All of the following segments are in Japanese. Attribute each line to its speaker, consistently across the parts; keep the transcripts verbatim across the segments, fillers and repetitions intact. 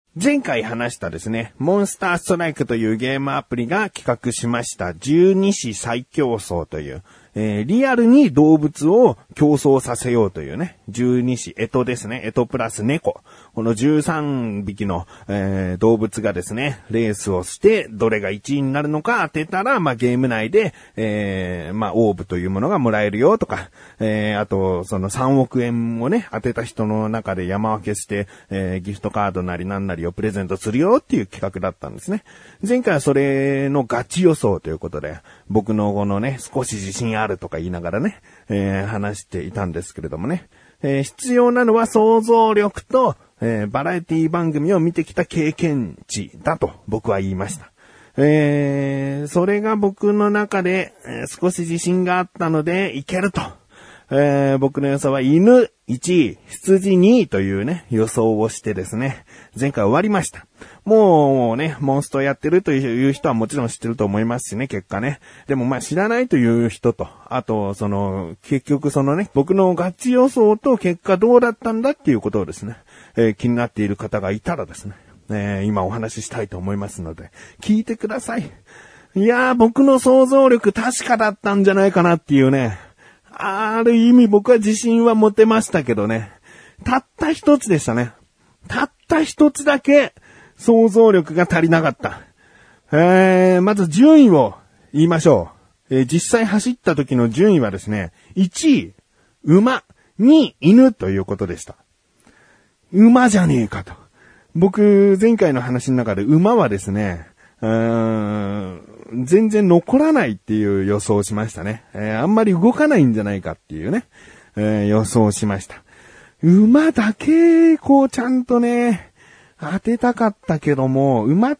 Speaker 1: 前回話したですね、モンスターストライクというゲームアプリが企画しました十二支再競争という、えー、リアルに動物を競争させようというね、十二支、干支ですね、干支プラス猫。このじゅうさんびきの、えー、動物がですね、レースをして、どれがいちいになるのか当てたら、まあ、ゲーム内で、えー、まあ、オーブというものがもらえるよとか、えー、あと、そのさんおくえんをね、当てた人の中で山分けして、えー、ギフトカードなりなんなりをプレゼントするよっていう企画だったんですね。前回はそれのガチ予想ということで、僕のこのね、少し自信あるとか言いながらね、えー、話していたんですけれどもね、えー、必要なのは想像力と、えー、バラエティ番組を見てきた経験値だと僕は言いました。えー、それが僕の中で、えー、少し自信があったのでいけると。えー、僕の予想は犬いちい、羊にいというね、予想をしてですね、前回終わりました。もうね、モンストやってるという人はもちろん知ってると思いますしね、結果ね。でもまあ知らないという人と、あとその、結局そのね、僕のガチ予想と結果どうだったんだっていうことをですね、えー、気になっている方がいたらですね、えー、今お話ししたいと思いますので、聞いてください。いやー、僕の想像力確かだったんじゃないかなっていうね、ある意味僕は自信は持てましたけどね。たった一つでしたね。たった一つだけ想像力が足りなかった。えー、まず順位を言いましょう。えー、実際走った時の順位はですね、いちい、馬、にい、犬ということでした。馬じゃねえかと。僕、前回の話の中で馬はですね、うーん全然残らないっていう予想をしましたね。えー、あんまり動かないんじゃないかっていうね、えー、予想をしました。馬だけ、こうちゃんとね、当てたかったけども、馬って、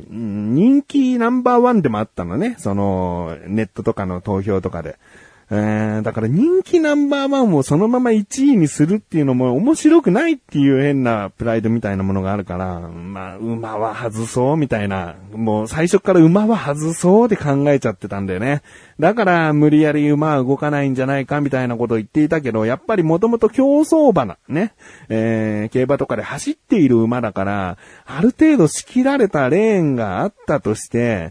Speaker 1: 人気ナンバーワンでもあったのね。その、ネットとかの投票とかで。えー、だから人気ナンバーワンをそのままいちいにするっていうのも面白くないっていう変なプライドみたいなものがあるから、まあ、馬は外そうみたいな、もう最初から馬は外そうで考えちゃってたんだよね。だから無理やり馬は動かないんじゃないかみたいなことを言っていたけど、やっぱりもともと競走馬な、ね、えー、競馬とかで走っている馬だから、ある程度仕切られたレーンがあったとして、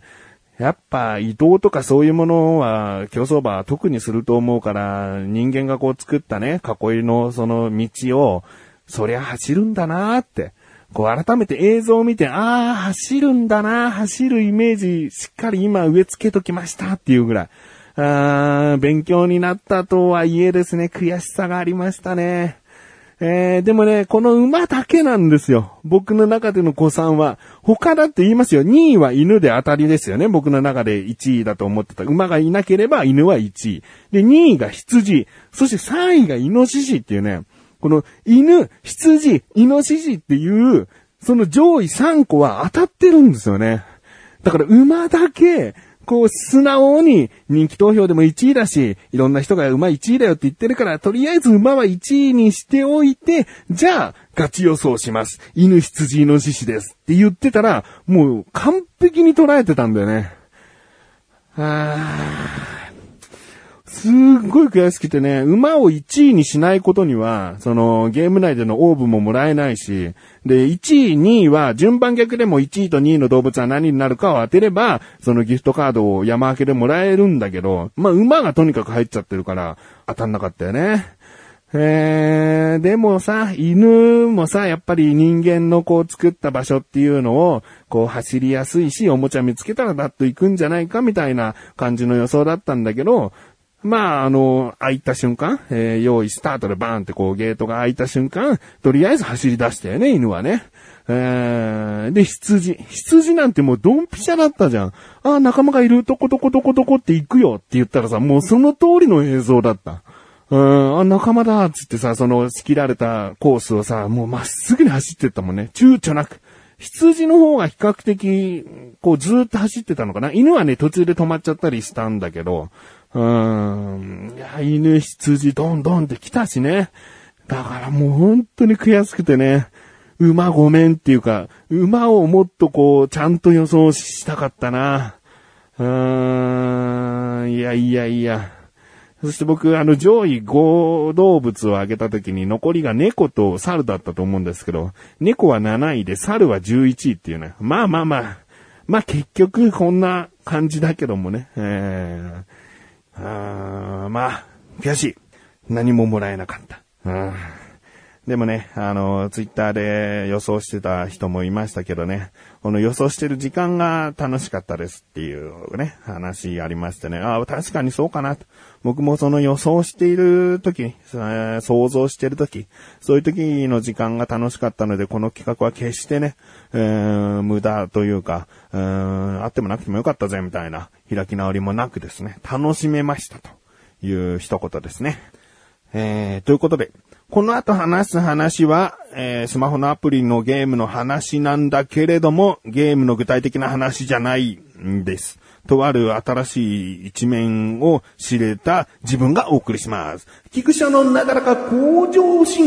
Speaker 1: やっぱ移動とかそういうものは競走馬は特にすると思うから、人間がこう作ったね、囲いのその道を、そりゃ走るんだなーって、こう改めて映像を見て、あー走るんだなー、走るイメージしっかり今植え付けときましたっていうぐらい、あー勉強になったとはいえですね、悔しさがありましたね。えー、でもね、この馬だけなんですよ。僕の中での誤算は。他だって言いますよ。にいは犬で当たりですよね。僕の中でいちいだと思ってた。馬がいなければ犬はいちい。で、にいが羊。そしてさんいがイノシシっていうね。この犬、羊、イノシシっていう、その上位さんこは当たってるんですよね。だから馬だけ、こう素直に人気投票でもいちいだし、いろんな人が馬いちいだよって言ってるから、とりあえず馬はいちいにしておいて、じゃあガチ予想します。犬、羊、イノシシですって言ってたら、もう完璧に捉えてたんだよね。あーすっごい悔しくてね、馬をいちいにしないことには、そのゲーム内でのオーブももらえないし、で、いちい、にいは順番逆でもいちいとにいの動物は何になるかを当てれば、そのギフトカードを山分けでもらえるんだけど、まあ馬がとにかく入っちゃってるから当たんなかったよね。えー、でもさ、犬もさ、やっぱり人間のこう作った場所っていうのを、こう走りやすいし、おもちゃ見つけたらだっと行くんじゃないかみたいな感じの予想だったんだけど、まあ、あの、開いた瞬間、えー、用意スタートでバーンってこうゲートが開いた瞬間、とりあえず走り出したよね、犬はね。えー、で、羊。羊なんてもうドンピシャだったじゃん。ああ、仲間がいる、とことことことこって行くよって言ったらさ、もうその通りの映像だった。うん、あ、仲間だっつってさ、その仕切られたコースをさ、もうまっすぐに走ってったもんね。躊躇なく。羊の方が比較的、こうずーっと走ってたのかな。犬はね、途中で止まっちゃったりしたんだけど、うーん。いや、犬、羊、どんどんって来たしね。だからもう本当に悔しくてね。馬ごめんっていうか、馬をもっとこう、ちゃんと予想したかったな。うーん。いやいやいや。 そして僕、あの、上位ご動物を挙げた時に残りが猫と猿だったと思うんですけど、猫はなないで猿はじゅういちいっていうね。まあまあまあ、まあ結局こんな感じだけどもね。えー、あーまあ、悔しい。何ももらえなかった。うんでもね、あの、ツイッターで予想してた人もいましたけどね、この予想してる時間が楽しかったですっていうね、話ありましてね、ああ、確かにそうかなと。僕もその予想している時、想像している時、そういう時の時間が楽しかったので、この企画は決してね、えー、無駄というか、うーん、あってもなくてもよかったぜみたいな開き直りもなくですね、楽しめましたという一言ですね。えー、ということで、この後話す話は、えー、スマホのアプリのゲームの話なんだけれども、ゲームの具体的な話じゃないんです。とある新しい一面を知れた自分がお送りします。菊池のなだらか向上心。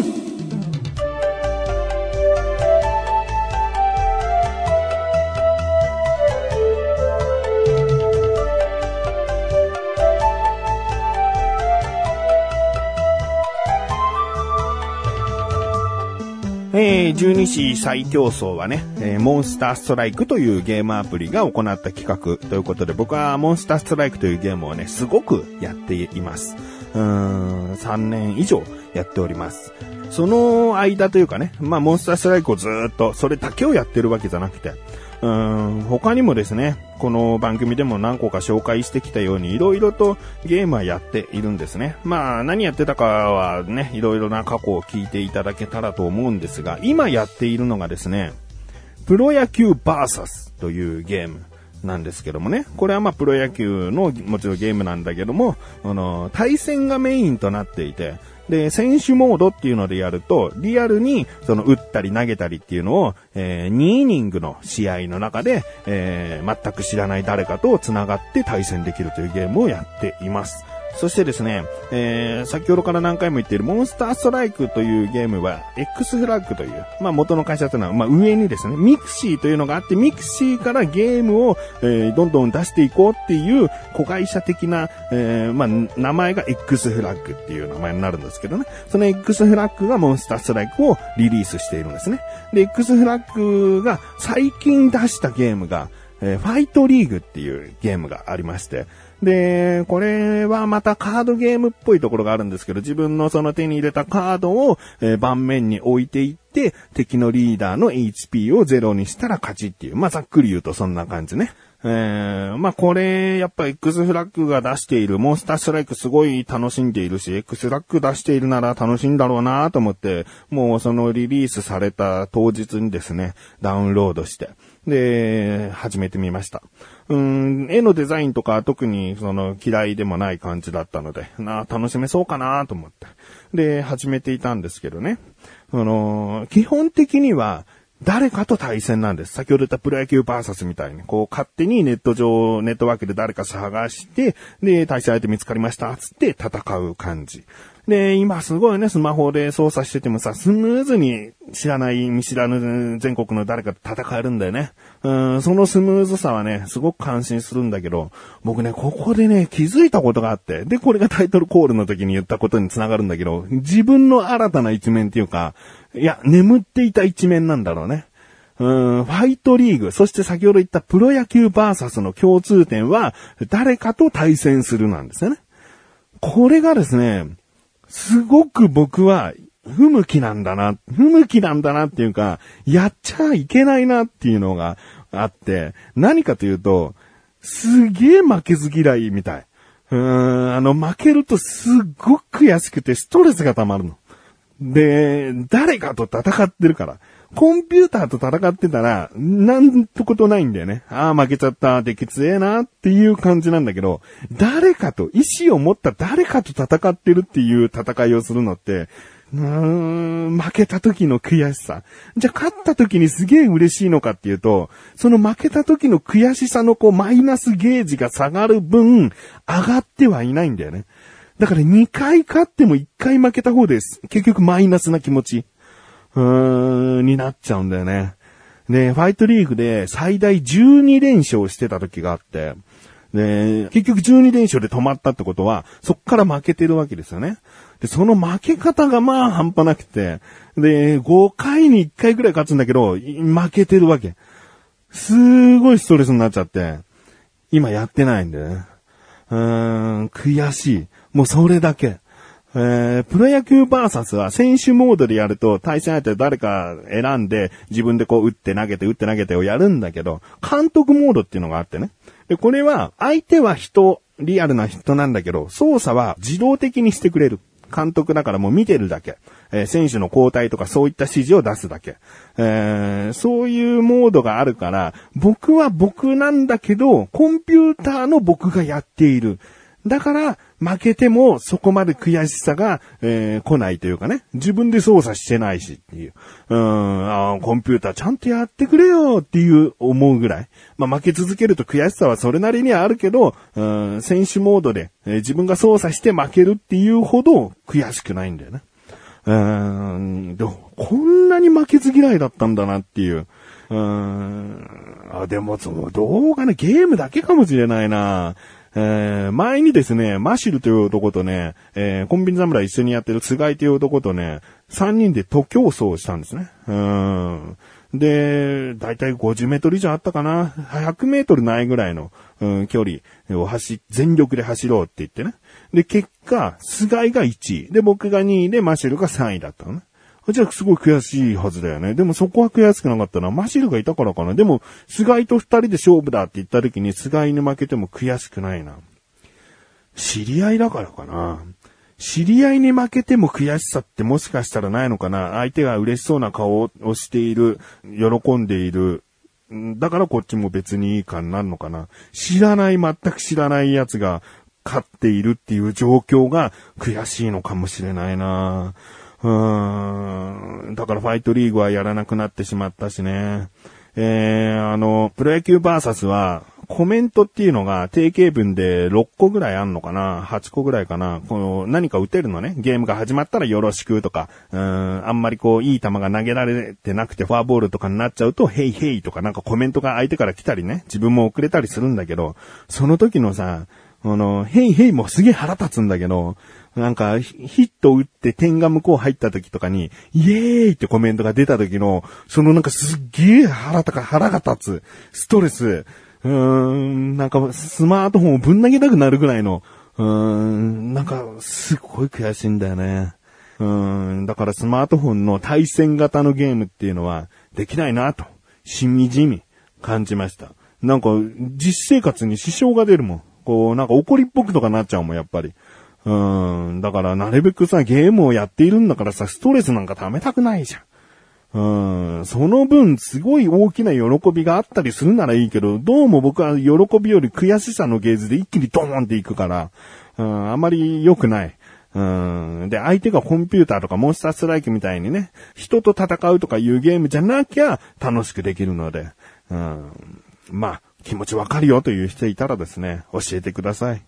Speaker 1: えー、十二支最強争はね、えー、モンスターストライクというゲームアプリが行った企画ということで、僕はモンスターストライクというゲームをね、すごくやっています。うーん、さんねん以上やっております。その間というかね、まあモンスターストライクをずーっと、それだけをやってるわけじゃなくて、うーん、他にもですね、この番組でも何個か紹介してきたように、いろいろとゲームはやっているんですね。まあ、何やってたかはね、いろいろな過去を聞いていただけたらと思うんですが、今やっているのがですね、プロ野球バーサスというゲームなんですけどもね、これはまあプロ野球のもちろんゲームなんだけども、あの、対戦がメインとなっていて、で、選手モードっていうのでやると、リアルに、その、打ったり投げたりっていうのを、えー、にイニングの試合の中で、えー、全く知らない誰かと繋がって対戦できるというゲームをやっています。そしてですね、えー、先ほどから何回も言っているモンスターストライクというゲームは X フラッグという、まあ元の会社というのは、まあ上にですね、ミクシーというのがあって、ミクシーからゲームを、えー、どんどん出していこうっていう子会社的な、えー、まあ名前が X フラッグっていう名前になるんですけどね、その X フラッグがモンスターストライクをリリースしているんですね。で、X フラッグが最近出したゲームが、えー、ファイトリーグっていうゲームがありまして、で、これはまたカードゲームっぽいところがあるんですけど、自分のその手に入れたカードを、えー、盤面に置いていって、敵のリーダーの エイチピー をゼロにしたら勝ちっていう、まあ、ざっくり言うとそんな感じね。えー、まあ、これ、やっぱ X フラッグが出している、モンスターストライクすごい楽しんでいるし、X フラッグ出しているなら楽しいんだろうなと思って、もうそのリリースされた当日にですね、ダウンロードして、で、始めてみました。うーん、絵のデザインとか特にその嫌いでもない感じだったので、な楽しめそうかなと思って。で、始めていたんですけどね。あのー、基本的には誰かと対戦なんです。先ほど言ったプロ野球バーサスみたいに、こう勝手にネット上、ネットワークで誰か探して、で、対戦相手見つかりましたつって戦う感じ。で、今すごいね、スマホで操作しててもさ、スムーズに知らない、見知らぬ全国の誰かと戦えるんだよね。うん、そのスムーズさはね、すごく感心するんだけど、僕ね、ここでね、気づいたことがあって、で、これがタイトルコールの時に言ったことにつながるんだけど、自分の新たな一面っていうか、いや、眠っていた一面なんだろうね。うん、ファイトリーグ、そして先ほど言ったプロ野球バーサスの共通点は、誰かと対戦するなんですよね。これがですね、すごく僕は不向きなんだな、不向きなんだなっていうか、やっちゃいけないなっていうのがあって、何かというと、すげえ負けず嫌いみたい。うーん、あの負けるとすっごく悔しくてストレスが溜まるの。で、誰かと戦ってるから。コンピューターと戦ってたら、なんてことないんだよね。ああ、負けちゃった、できつえなっていう感じなんだけど、誰かと、意志を持った誰かと戦ってるっていう戦いをするのって、うーん、負けた時の悔しさ。じゃあ勝った時にすげえ嬉しいのかっていうと、その負けた時の悔しさのこうマイナスゲージが下がる分、上がってはいないんだよね。だからにかい勝ってもいっかい負けた方です。結局マイナスな気持ち。うーん、になっちゃうんだよね。で、ファイトリーグで最大じゅうにれんしょうしてた時があって、 で、結局じゅうに連勝で止まったってことは、そっから負けてるわけですよね。で、その負け方がまあ半端なくて、で、ごかいにいっかいくらい勝つんだけど、負けてるわけ。すごいストレスになっちゃって、今やってないんでね。うーん、悔しい。もうそれだけ。えー、プロ野球バーサスは選手モードでやると対戦相手誰か選んで自分でこう打って投げて打って投げてをやるんだけど、監督モードっていうのがあってね。で、これは相手は人、リアルな人なんだけど、操作は自動的にしてくれる。監督だからもう見てるだけ。えー、選手の交代とかそういった指示を出すだけ。えー、そういうモードがあるから、僕は僕なんだけど、コンピューターの僕がやっている。だから、負けてもそこまで悔しさが、えー、来ないというかね。自分で操作してないしっていう。うーん、あコンピューターちゃんとやってくれよっていう思うぐらい。まあ負け続けると悔しさはそれなりにはあるけど、うん、選手モードで、えー、自分が操作して負けるっていうほど悔しくないんだよね。うーん、でもこんなに負けず嫌いだったんだなっていう。うーん、あ、でもそう、どうかな、ゲームだけかもしれないな。えー、前にですね、マシルという男とね、えー、コンビニ侍一緒にやってる菅井という男とね、三人で徒競走をしたんですね。うーん。で、だいたいごじゅうメートル以上あったかな。ひゃくメートルないぐらいの、うん、距離を走、全力で走ろうって言ってね。で、結果、菅井がいちい。で、僕がにいでマシルがさんいだったのね。じゃあすごい悔しいはずだよね。でもそこは悔しくなかったな。マシルがいたからかな。でも、菅井と二人で勝負だって言った時に菅井に負けても悔しくないな。知り合いだからかな。知り合いに負けても悔しさってもしかしたらないのかな。相手が嬉しそうな顔をしている、喜んでいる。だからこっちも別にいいかになるのかな。知らない、全く知らない奴が勝っているっていう状況が悔しいのかもしれないな。うーん。だからファイトリーグはやらなくなってしまったしね。えー、あの、プロ野球バーサスは、コメントっていうのが定型文でろっこぐらいあんのかな ?はち 個ぐらいかなこの何か打てるのね。ゲームが始まったらよろしくとか、うーん、あんまりこう、いい球が投げられてなくてフォアボールとかになっちゃうと、ヘイヘイとかなんかコメントが相手から来たりね、自分も遅れたりするんだけど、その時のさ、あの、ヘイヘイもすげえ腹立つんだけど、なんか、ヒット打って点が向こう入った時とかに、イエーイってコメントが出た時の、そのなんかすっげえ腹とか腹が立つ、ストレス、うーん、なんかスマートフォンをぶん投げたくなるぐらいの、うーん、なんかすごい悔しいんだよね。うーん、だからスマートフォンの対戦型のゲームっていうのはできないなと、しみじみ感じました。なんか実生活に支障が出るもん。こう、なんか怒りっぽくとかなっちゃうもん、やっぱり。うーん、だからなるべくさ、ゲームをやっているんだからさ、ストレスなんか溜めたくないじゃん。うーん、その分、すごい大きな喜びがあったりするならいいけど、どうも僕は喜びより悔しさのゲージで一気にドーンっていくから、うん、あまり良くない。うん、で、相手がコンピューターとかモンスターストライクみたいにね、人と戦うとかいうゲームじゃなきゃ楽しくできるので、うん、まあ、気持ちわかるよという人いたらですね、教えてください。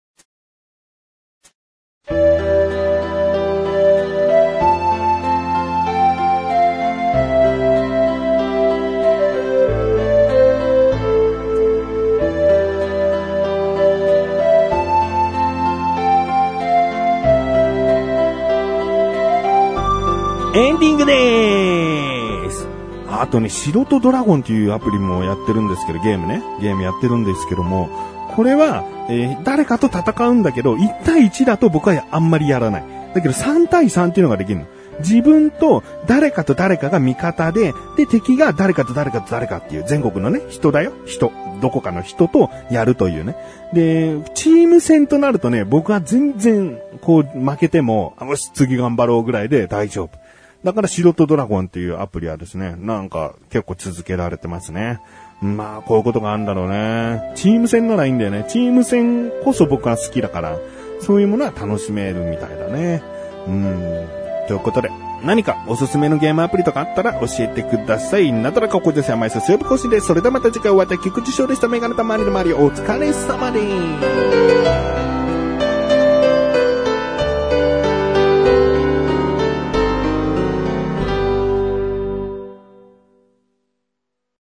Speaker 1: エンディングでーす。あとね、素人ドラゴンっていうアプリもやってるんですけど、ゲームね。ゲームやってるんですけども、これは、えー、誰かと戦うんだけど、いち対いちだと僕はあんまりやらない。だけどさん対さんっていうのができるの。自分と誰かと誰かが味方で、で、敵が誰かと誰かと誰かっていう全国のね、人だよ。人。どこかの人とやるというね。で、チーム戦となるとね、僕は全然、こう、負けても、よし、次頑張ろうぐらいで大丈夫。だから素人ドラゴンっていうアプリはですね、なんか結構続けられてますね。まあこういうことがあるんだろうね。チーム戦ならいいんだよね。チーム戦こそ僕は好きだから、そういうものは楽しめるみたいだね。うん。ということで、何かおすすめのゲームアプリとかあったら教えてください。なだらかここです。甘いすすよぶこしです。それではまた次回お会いいたい菊池翔でした。メガネたまりのまりお疲れ様です。